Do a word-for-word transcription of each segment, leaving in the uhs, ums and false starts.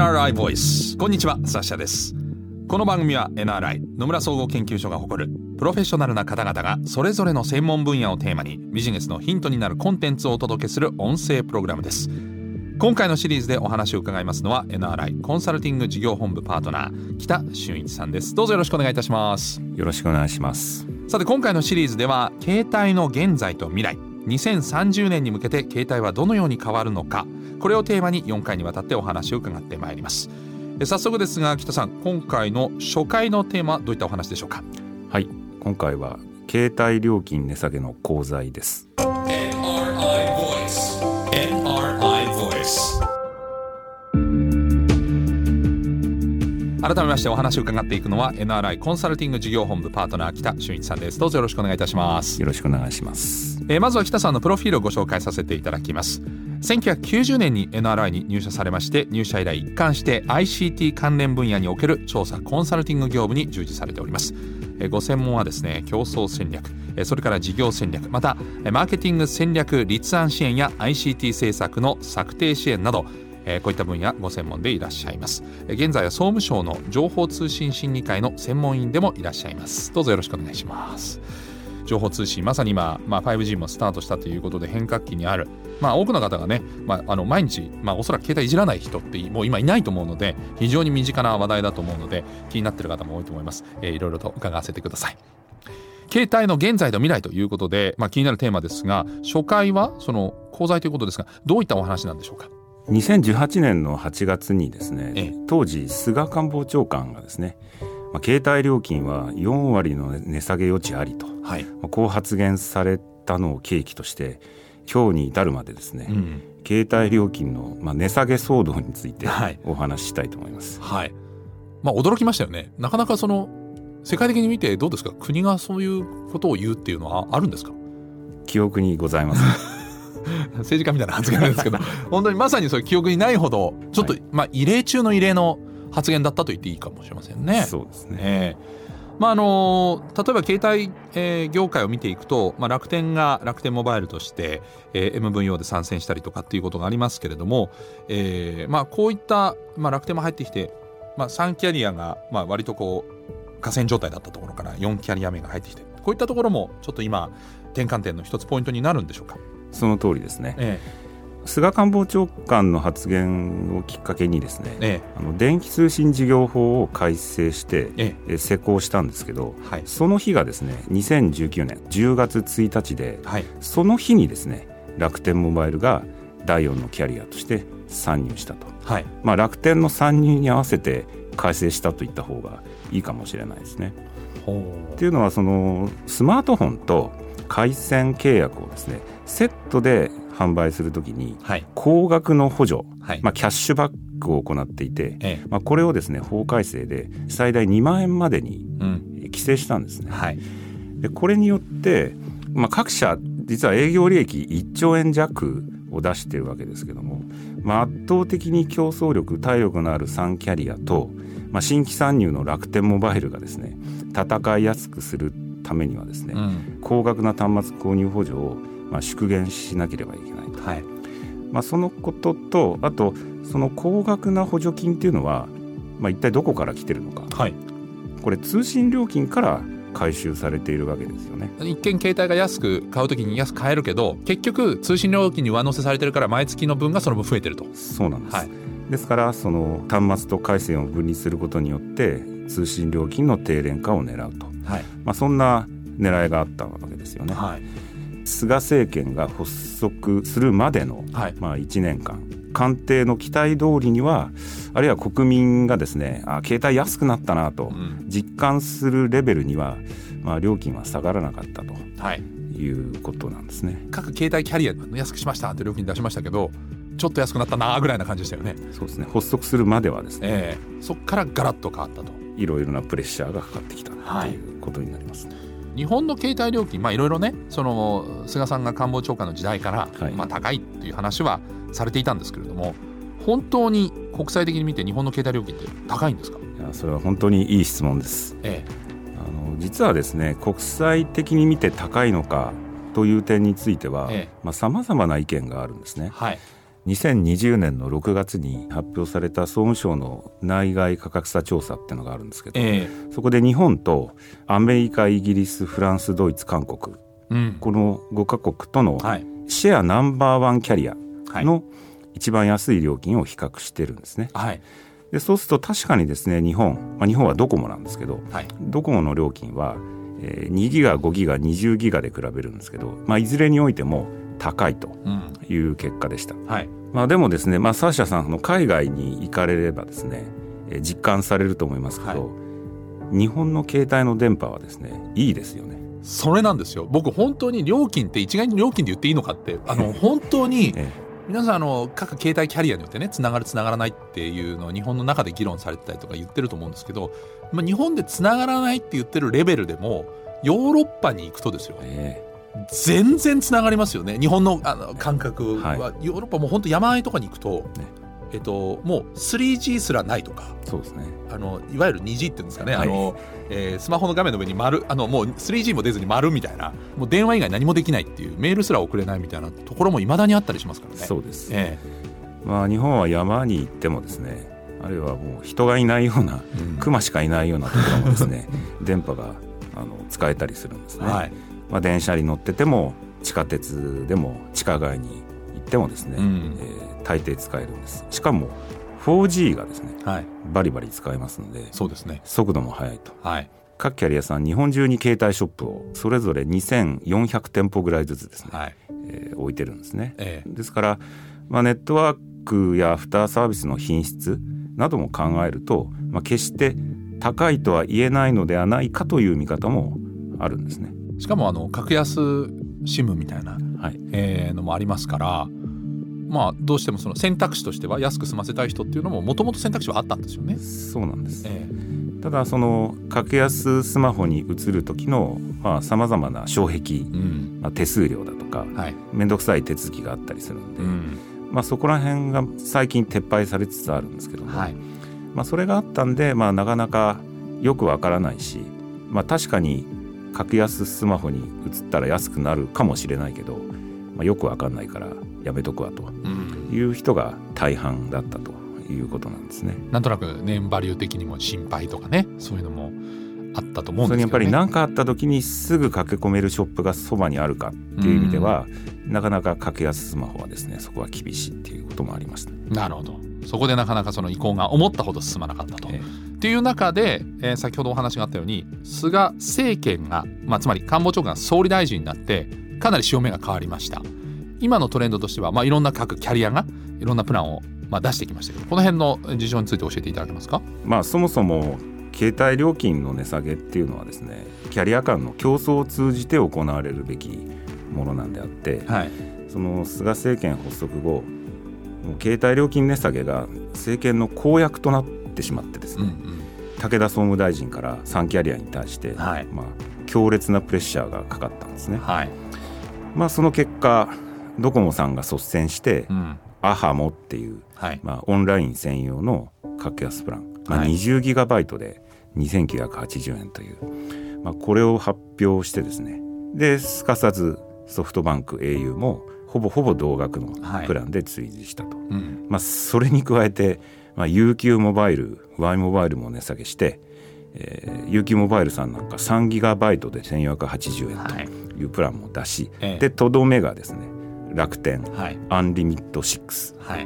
エヌアールアイ ボイス。こんにちは、サッシャです。この番組は エヌアールアイ 野村総合研究所が誇るプロフェッショナルな方々がそれぞれの専門分野をテーマにビジネスのヒントになるコンテンツをお届けする音声プログラムです。今回のシリーズでお話を伺いますのは エヌアールアイ コンサルティング事業本部パートナー北俊一さんです。どうぞよろしくお願いいたします。 よろしくお願いします。 さて、今回のシリーズでは携帯の現在と未来、にせんさんじゅうねんに向けて携帯はどのように変わるのか、これをテーマによんかいにわたってお話を伺ってまいります。早速ですが北さん、今回の初回のテーマはどういったお話でしょうか？ はい、今回は携帯料金値下げの功罪です。 エヌアールアイ Voice エヌアールアイ Voice。 改めましてお話を伺っていくのは エヌアールアイ コンサルティング事業本部パートナー北俊一さんです。どうぞよろしくお願いいたします。 よろしくお願いします。 えー、まずは北さんのプロフィールをご紹介させていただきます。せんきゅうひゃくきゅうじゅうねんに エヌアールアイ に入社されまして、入社以来一貫して アイシーティー 関連分野における調査コンサルティング業務に従事されております。えー、ご専門はですね、競争戦略、えー、それから事業戦略、またマーケティング戦略立案支援や アイシーティー 政策の策定支援など、えー、こういった分野ご専門でいらっしゃいます。えー、現在は総務省の情報通信審議会の専門員でもいらっしゃいます。どうぞよろしくお願いします。情報通信、まさに今、まあ、ファイブジー もスタートしたということで変革期にある、まあ、多くの方がね、まあ、あの毎日、まあ、おそらく携帯いじらない人ってもう今いないと思うので、非常に身近な話題だと思うので気になっている方も多いと思います。えー、いろいろと伺わせてください。携帯の現在と未来ということで、まあ、気になるテーマですが、初回はその功罪ということですが、どういったお話なんでしょうか？ にせんじゅうはちねんのはちがつにですね、ええ、当時菅官房長官がですね、まあ、携帯料金はよんわりの値下げ余地ありと、はい、まあ、こう発言されたのを契機として今日に至るまでですね、うん、携帯料金の、まあ、値下げ騒動についてお話ししたいと思います。 はいはい、まあ、驚きましたよね。なかなかその世界的に見てどうですか？国がそういうことを言うっていうのはあるんですか？ 記憶にございません。 政治家みたいな発言なんですけど本当にまさにそういう記憶にないほどちょっと、はい、まあ、異例中の異例の発言だったと言っていいかもしれませんね。 そうですね。 えーまあ、あの例えば携帯、えー、業界を見ていくと、まあ、楽天が楽天モバイルとして、えー、エムブイオー で参戦したりとかっていうことがありますけれども、えーまあ、こういった、まあ、楽天も入ってきて、まあ、さんキャリアが、まあ、割とこう寡占状態だったところからよんキャリア目が入ってきて、こういったところもちょっと今転換点の一つポイントになるんでしょうか？ その通りですね。ええ、菅官房長官の発言をきっかけにですね、ええ、あの電気通信事業法を改正して、ええ、施行したんですけど、はい、その日がですねにせんじゅうきゅうねんじゅうがつついたちで、はい、その日にですね楽天モバイルがだいよんのキャリアとして参入したと、はい、まあ、楽天の参入に合わせて改正したと言った方がいいかもしれないですね。っていうのは、そのスマートフォンと回線契約をですねセットで販売するときに、はい、高額の補助、はい、まあ、キャッシュバックを行っていて、ええ、まあ、これをですね法改正で最大にまんえんまでに規制したんですね。うん、はい、でこれによって、まあ、各社実は営業利益いっちょうえん弱を出しているわけですけども、まあ、圧倒的に競争力体力のあるさんキャリアと、まあ、新規参入の楽天モバイルがですね戦いやすくするためにはですね、うん、高額な端末購入補助をまあ縮減しなければいけないと、はい、まあ、そのことと、あとその高額な補助金っていうのは、まあ、一体どこから来てるのか、はい、これ通信料金から回収されているわけですよね。 一見携帯が安く買うときに安く買えるけど、結局通信料金に上乗せされてるから毎月の分がその分増えてると。 そうなんです、はい、ですからその端末と回線を分離することによって通信料金の低廉化を狙うと、はい、まあ、そんな狙いがあったわけですよね。はい、菅政権が発足するまでの、はい、まあ、いちねんかん官邸の期待通りには、あるいは国民がですね、あ、携帯安くなったなと実感するレベルには、まあ、料金は下がらなかったと、はい、いうことなんですね。 各携帯キャリア安くしましたって料金出しましたけど、ちょっと安くなったなぐらいな感じでしたよね。 そうですね。発足するまではですね、 えー、そこからガラッと変わったと、 いろいろなプレッシャーがかかってきたということになります、ね。はい、 日本の携帯料金、まあ、いろいろね、その菅さんが官房長官の時代から、はい、まあ、高いっていう話はされていたんですけれども、本当に国際的に見て日本の携帯料金って高いんですか？ いや、それは本当にいい質問です。ええ、あの実はですね、国際的に見て高いのかという点については、ええ、まあ、様々な意見があるんですね。はい、 にせんにじゅうねんのろくがつに発表された総務省の内外価格差調査っていうのがあるんですけど、えー、そこで日本とアメリカ、イギリス、フランス、ドイツ、韓国、うん、このごカ国とのシェアナンバーワンキャリアの一番安い料金を比較してるんですね、はい、でそうすると確かにですね日本、まあ、日本はドコモなんですけど、はい、ドコモの料金はえー、にギガ、ごギガ、にじゅうギガで比べるんですけど、まあ、いずれにおいても高いという結果でした、うんはい、まあ、でもですね、まあ、サーシャさんの海外に行かれればですね、えー、実感されると思いますけど、はい、日本の携帯の電波はですねいいですよね。 それなんですよ。僕本当に料金って一概に料金で言っていいのかってあの本当に、ええ、皆さんあの各携帯キャリアによってねつながるつながらないっていうのを日本の中で議論されてたりとか言ってると思うんですけど、まあ、日本でつながらないって言ってるレベルでもヨーロッパに行くとですよ、えー、全然つながりますよね。日本 の, あの感覚は、はい、ヨーロッパも本当山あいとかに行くと、ねえっと、もう スリージー すらないとか、 そうですね、あのいわゆる ツージー っていうんですかね、はい、あのえー、スマホの画面の上に丸あのもう スリージー も出ずに丸みたいな、もう電話以外何もできないっていうメールすら送れないみたいなところも未だにあったりしますからね。 そうです、えーまあ、日本は山に行ってもですね、あるいはもう人がいないような、うん、クマしかいないようなところもですね電波があの使えたりするんですね、はいまあ、電車に乗ってても地下鉄でも地下街に行ってもですね、うんえー、大抵使えるんです。しかも フォージー がですね、はい、バリバリ使えますので、そうですね、速度も速いと、はい、各キャリアさん日本中に携帯ショップをそれぞれにせんよんひゃくてんぽぐらいずつですね、はいえー、置いてるんですね、えー、ですから、まあ、ネットワークやアフターサービスの品質なども考えると、まあ、決して高いとは言えないのではないかという見方もあるんですね。 しかもあの格安 シム みたいな、はいえー、のもありますから、まあ、どうしてもその選択肢としては安く済ませたい人っていうのももともと選択肢はあったんですよね。 そうなんです、えー、ただその格安スマホに移る時のさまざ、まな障壁、うんまあ、手数料だとか、はい、めんどくさい手続きがあったりするんで、うんまあ、そこら辺が最近撤廃されつつあるんですけども、はいまあ、それがあったんで、まあ、なかなかよくわからないし、まあ、確かに格安スマホに移ったら安くなるかもしれないけど、まあ、よくわかんないからやめとくわという人が大半だったということなんですね。 なんとなくネームバリュー的にも心配とかね、そういうのもあったと思うんですけどね。それにやっぱり何かあった時にすぐ駆け込めるショップがそばにあるかっていう意味では、なかなか格安スマホはですねそこは厳しいっていうこともありました。 なるほど。そこでなかなかその移行が思ったほど進まなかったと、えー、っていう中で、えー、先ほどお話があったように菅政権が、まあ、つまり官房長官が総理大臣になってかなり潮目が変わりました。今のトレンドとしては、まあ、いろんな各キャリアがいろんなプランを、まあ、出してきましたけど、この辺の事情について教えていただけますか。 まあ、そもそも携帯料金の値下げっていうのはですね、キャリア間の競争を通じて行われるべきものなんであって、はい、その菅政権発足後携帯料金値下げが政権の公約となってしまってですね、うんうん、武田総務大臣からさんキャリアに対して、はいまあ、強烈なプレッシャーがかかったんですね、はいまあ、その結果ドコモさんが率先して、うん、アハモっていう、はいまあ、オンライン専用の格安プラン、まあ、にじゅうギガバイトでにせんきゅうひゃくはちじゅうえんという、まあ、これを発表してですね、ですかさずソフトバンク エーユー もほぼほぼ同額のプランで追随したと、はいうんまあ、それに加えて、まあ、ユーキュー モバイル Y モバイルも値下げして、えー、ユーキュー モバイルさんなんかさんギガバイトでせんよんひゃくはちじゅうえんというプランも出し、はい、でとどめがですね楽天、はい、アンリミットろく、はい、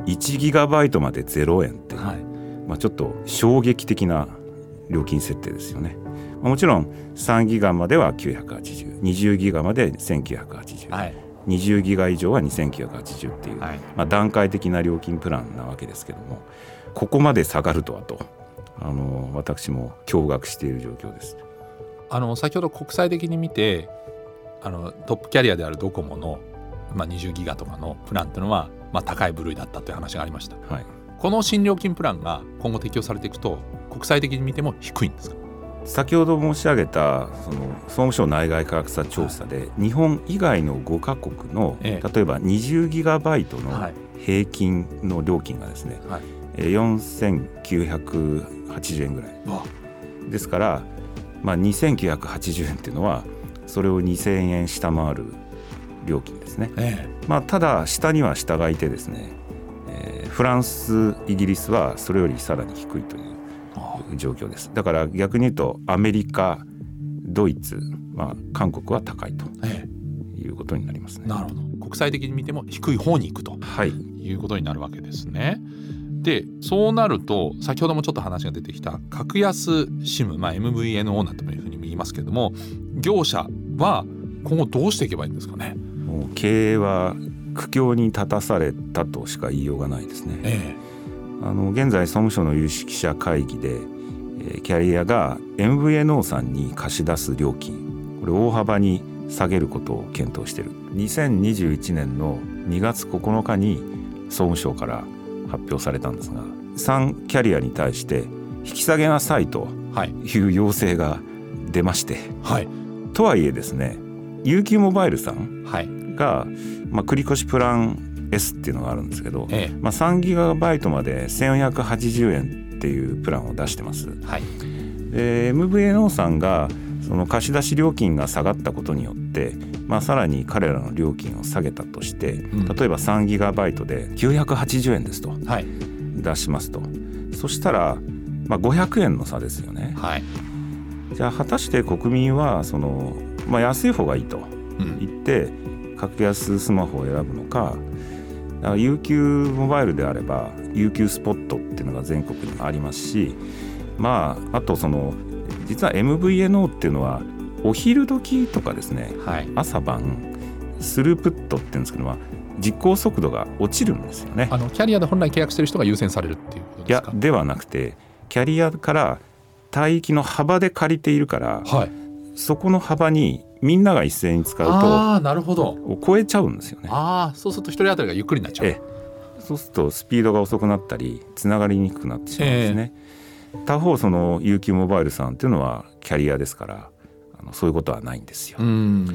いちギガバイトまでゼロえんっていう、はいまあ、ちょっと衝撃的な料金設定ですよね。もちろんさんギガまではきゅうひゃくはちじゅう、にじゅうギガまでせんきゅうひゃくはちじゅう、はい、にじゅうギガ以上はにせんきゅうひゃくはちじゅうっていう、はいまあ、段階的な料金プランなわけですけども、ここまで下がるとはとあの私も驚愕している状況です。 あの先ほど国際的に見てあのトップキャリアであるドコモの、まあ、にじゅうギガとかのプランっていうのは、まあ、高い部類だったという話がありました、はい、この新料金プランが今後適用されていくと国際的に見ても低いんですか。 先ほど申し上げたその総務省内外価格差調査で、はい、日本以外のごカ国の、ええ、例えばにじゅうギガバイトの平均の料金がですね、はい、よんせんきゅうひゃくはちじゅうえんぐらいですから、まあ、にせんきゅうひゃくはちじゅうえんっていうのはそれをにせんえん下回る料金ですね、ええまあ、ただ下には下がいてですね、えー、フランスイギリスはそれよりさらに低いという状況です。だから逆に言うとアメリカドイツ、まあ、韓国は高いということになりますね。 なるほど。国際的に見ても低い方に行くと、はい、いうことになるわけですね。でそうなると先ほどもちょっと話が出てきた格安 シム、まあ、エムブイエヌオー なんていうふうにも言いますけれども、業者は今後どうしていけばいいんですかね。 もう経営は苦境に立たされたとしか言いようがないですね、ええ、あの現在総務省の有識者会議で、えー、キャリアが エムブイエヌオー さんに貸し出す料金、これ大幅に下げることを検討している。にせんにじゅういちねんのにがつここのかに総務省から発表されたんですが、さんキャリアに対して引き下げなさいという要請が出まして、はい、とはいえですね ユーキュー モバイルさんが、まあ、繰越プラン S っていうのがあるんですけど、ええまあ、さんギガバイトまでせんよんひゃくはちじゅうえんっていうプランを出してます、はい、で エムブイエヌオー さんがその貸し出し料金が下がったことによって、まあ、さらに彼らの料金を下げたとして、うん、例えばさんギガバイトできゅうひゃくはちじゅうえんですと、はい、出しますと、そしたら、まあ、ごひゃくえんの差ですよね、はい、じゃあ果たして国民はその、まあ、安い方がいいと言って格安スマホを選ぶのか、だから ユーキュー モバイルであれば ユーキュー スポットっていうのが全国にありますし、まあ、あとその実は エムブイエヌオー っていうのはお昼時とかですね、はい、朝晩スループットっていうんですけど、実行速度が落ちるんですよね。 あのキャリアで本来契約してる人が優先されるっていうことですか。 いやではなくて、キャリアから帯域の幅で借りているから、はい、そこの幅にみんなが一斉に使うとあなるほど超えちゃうんですよね。 あそうすると一人当たりがゆっくりになっちゃう。ええ、そうするとスピードが遅くなったりつながりにくくなってしまうんですね、えー、他方その ユーキュー モバイルさんっていうのはキャリアですから、あのそういうことはないんですよ。うん、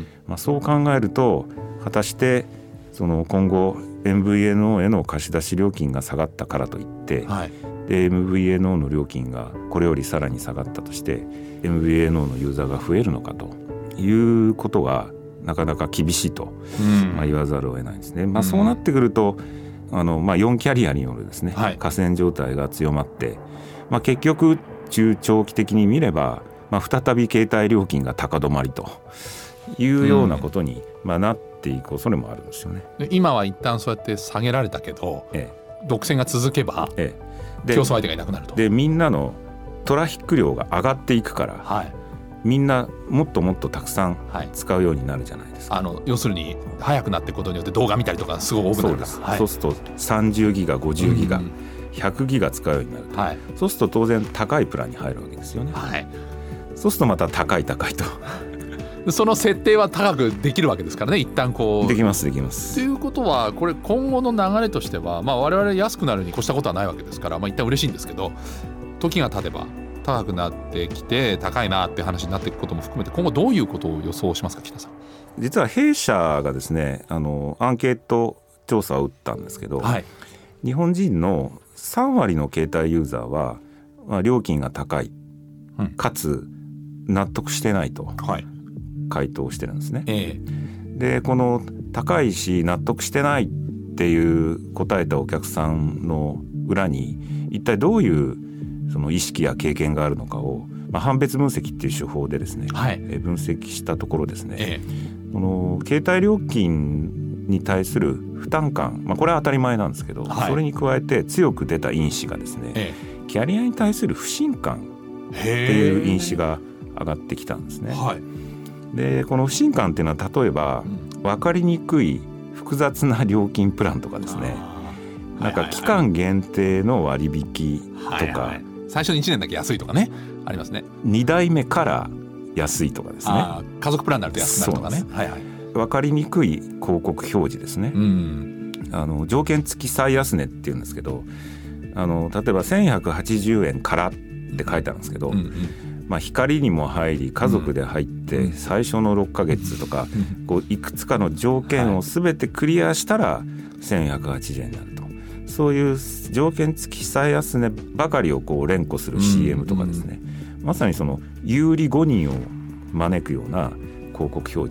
まあ、そう考えると果たしてその今後 エムブイエヌオー への貸し出し料金が下がったからといって、はい、で エムブイエヌオー の料金がこれよりさらに下がったとして エムブイエヌオー のユーザーが増えるのかということはなかなか厳しいと、うんまあ、言わざるを得ないですね。まあ、そうなってくるとあの、まあ、よんキャリアによるですね、はい、寡占状態が強まって、まあ、結局中長期的に見れば、まあ、再び携帯料金が高止まりというようなことに、まあ、なっていく恐れもあるんですよね。 今は一旦そうやって下げられたけど、ええ、独占が続けば、ええ、競争相手がいなくなると。 でみんなのトラフィック量が上がっていくから、はい、みんなもっともっとたくさん使うようになるじゃないですか、はい、 あの要するに速くなっていくことによって動画見たりとかすごい多くなるから。 そうです、はい、そうするとさんじゅうギガごじゅうギガ、うん、ひゃくギガ使うようになると、はい、そうすると当然高いプランに入るわけですよね、はい、そうするとまた高い高いとその設定は高くできるわけですからね。一旦こうできますできますということはこれ今後の流れとしては、まあ、我々安くなるに越したことはないわけですから、まあ、一旦嬉しいんですけど、時が経てば高くなってきて高いなって話になっていくことも含めて今後どういうことを予想しますか、北さん。 実は弊社がですねあのアンケート調査を打ったんですけど、はい、日本人のさんわりの携帯ユーザーは、まあ、料金が高い、うん、かつ納得してないと、はい回答してるんですね、ええ、でこの高いし納得してないっていう答えたお客さんの裏に一体どういうその意識や経験があるのかを、まあ、判別分析っていう手法でですね、はい、分析したところですね、ええ、この携帯料金に対する負担感、まあ、これは当たり前なんですけど、はい、それに加えて強く出た因子がですね、ええ、キャリアに対する不信感っていう因子が上がってきたんですね。はいでこの不信感っていうのは例えば分かりにくい複雑な料金プランとかですね、なんか期間限定の割引とか、はいはいはい、 最初にいちねんだけ安いとかねありますね。 にだいめから安いとかですね。 あ家族プランになると安くなるとかね、はいはい、 分かりにくい広告表示ですね、うん、あの条件付き最安値っていうんですけど、あの例えばせんひゃくはちじゅうえんからって書いてあるんですけど、うんうんまあ、光にも入り家族で入って最初のろっかげつとかこういくつかの条件を全てクリアしたらせんひゃくはちじゅうえんになると、そういう条件付き最安値ばかりをこう連呼する シーエム とかですね、まさにその有利誤認を招くような広告表示、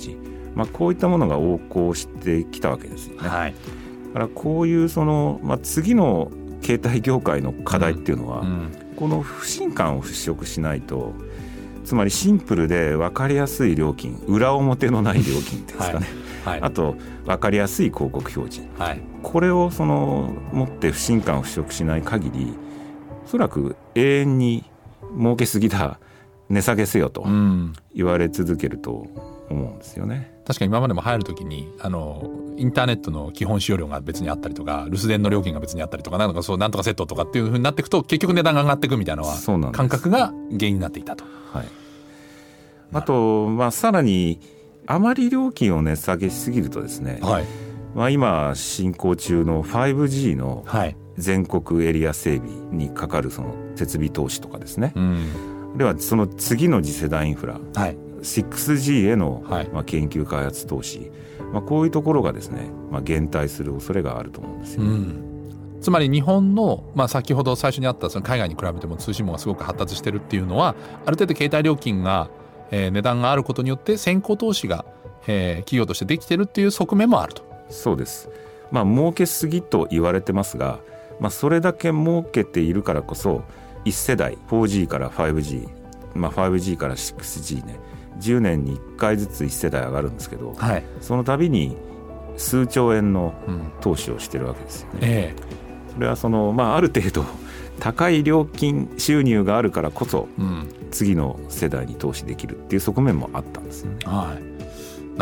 まあ、こういったものが横行してきたわけですよね、はい、だからこういうその、まあ、次の携帯業界の課題っていうのは、うんうん、この不信感を払拭しないと、つまりシンプルで分かりやすい料金、裏表のない料金っていうんですかね、はいはい、あと分かりやすい広告表示、はい、これをその持って不信感を払拭しない限り、おそらく永遠に儲けすぎだ、値下げせよと言われ続けると思うんですよね、 うん、確かに今までも入るときにあのインターネットの基本使用料が別にあったりとか、留守電の料金が別にあったりとか、なんとかそうなんとかセットとかっていう風になっていくと、結局値段が上がっていくみたいなのは感覚が原因になっていたと。はい、 あと、まあ、さらにあまり料金を値下げしすぎるとですね、はい、まあ、今進行中の ファイブジー の全国エリア整備にかかるその設備投資とかですね、うん、あるいはその次の次世代インフラ、はい、シックスジー への、はい、まあ、研究開発投資、まあ、こういうところがですね、まあ、減退する恐れがあると思うんですよね、うん、 つまり日本の、まあ、先ほど最初にあったその海外に比べても通信網がすごく発達してるっていうのは、ある程度携帯料金が、えー、値段があることによって先行投資が、えー、企業としてできてるっていう側面もあると。 そうです、まあ、儲けすぎと言われてますが、まあ、それだけ儲けているからこそいち世代 フォージー から ファイブジー、まあ、ファイブジー から シックスジー ね、じゅうねんにいっかいずついち世代上がるんですけど、はい、その度に数兆円の投資をしてるわけですよね、うん、えー、それはその、まあ、ある程度高い料金収入があるからこそ、うん、次の世代に投資できるっていう側面もあったんですね、はい、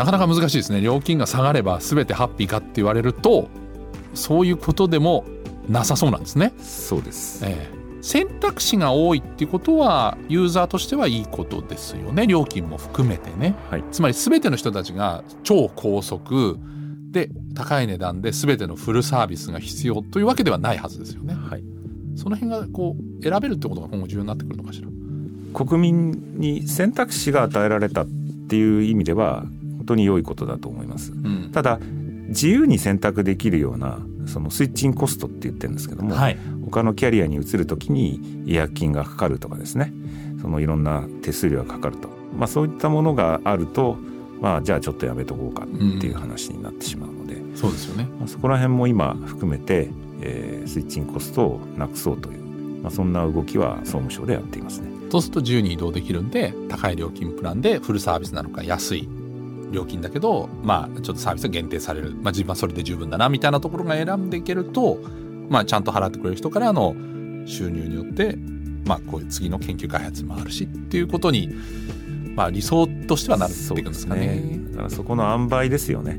なかなか難しいですね。料金が下がれば全てハッピーかって言われると、そういうことでもなさそうなんですね。 そうです、えー選択肢が多いっていうことはユーザーとしてはいいことですよね。料金も含めてね、はい、つまり全ての人たちが超高速で高い値段で全てのフルサービスが必要というわけではないはずですよね、はい、その辺がこう選べるってことが今後重要になってくるのかしら。 国民に選択肢が与えられたっていう意味では本当に良いことだと思います、うん、ただ自由に選択できるようなそのスイッチングコストって言ってるんですけども、はい、他のキャリアに移るときに違約金がかかるとかですね、そのいろんな手数料がかかると、まあ、そういったものがあると、まあ、じゃあちょっとやめとこうかっていう話になってしまうので、 うん、そうですよね、 まあ、そこら辺も今含めて、えー、スイッチングコストをなくそうという、まあ、そんな動きは総務省でやっていますね。 そうすると自由に移動できるんで、高い料金プランでフルサービスなのか安い料金だけど、まあ、ちょっとサービスが限定される、まあ、自分はそれで十分だなみたいなところが選んでいけると、まあ、ちゃんと払ってくれる人からの収入によって、まあ、こういう次の研究開発もあるしっていうことに、まあ、理想としてはなっていくんですかね。 そうですね。だからそこの塩梅ですよね、うん、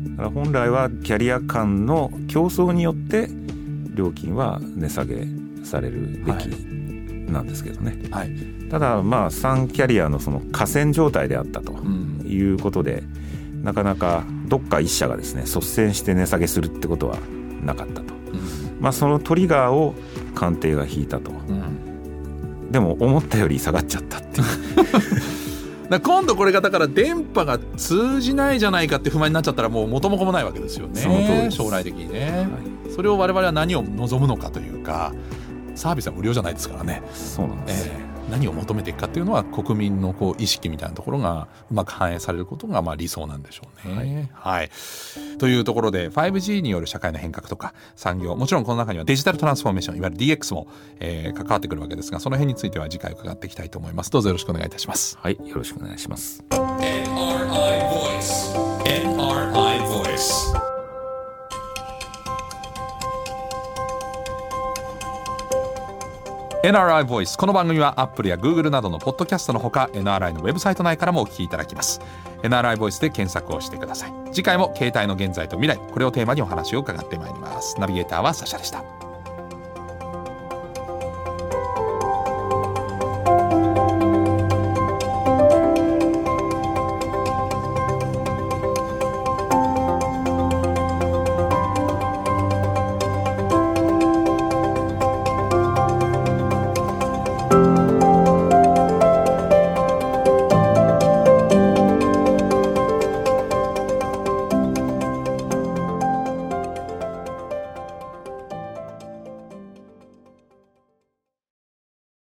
だから本来はキャリア間の競争によって料金は値下げされるべきなんですけどね、はい、ただまあさんキャリアのその寡占状態であったということで、うん、なかなかどっか一社がですね率先して値下げするってことはなかったと、うん、まあ、そのトリガーを官邸が引いたと、うん、でも思ったより下がっちゃったっていうだ今度これがだから電波が通じないじゃないかって不満になっちゃったらもう元も子もないわけですよね。 その通りです。 将来的にね、はい、それを我々は何を望むのかというか、サービスは無料じゃないですからね。 そうなんです、 えー、何を求めていくかっていうのは国民のこう意識みたいなところがうまく反映されることがまあ理想なんでしょうね、はいはい、というところで ファイブジー による社会の変革とか産業、もちろんこの中にはデジタルトランスフォーメーション、いわゆる ディーエックス も、えー、関わってくるわけですが、その辺については次回伺っていきたいと思います。どうぞよろしくお願いいたします。 はい、よろしくお願いします。 エヌアールアイ Voice エヌアールアイ Voice エヌアールアイ Voice、 この番組は Apple や Google などのポッドキャストのほか エヌアールアイ のウェブサイト内からもお聞きいただきます。 エヌアールアイ Voice で検索をしてください。次回も携帯の現在と未来、これをテーマにお話を伺ってまいります。ナビゲーターはサシャでした。